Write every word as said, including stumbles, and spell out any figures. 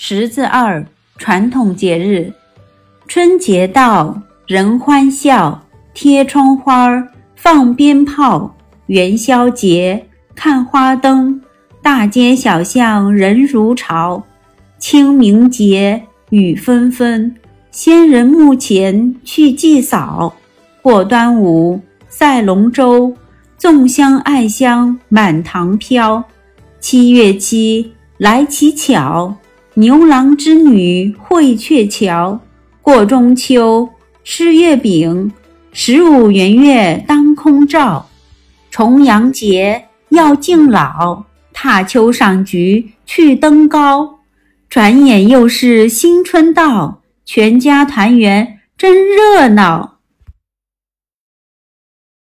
十字二，传统节日。春节到，人欢笑，贴窗花，放鞭炮，元宵节，看花灯，大街小巷人如潮。清明节，雨纷纷，先人墓前去祭扫。过端午，赛龙舟，粽香艾香满堂飘。七月七，来乞巧，牛郎织女会鹊桥。过中秋，吃月饼，十五圆月当空照。重阳节，要敬老，踏秋赏菊去登高。转眼又是新春到，全家团圆真热闹。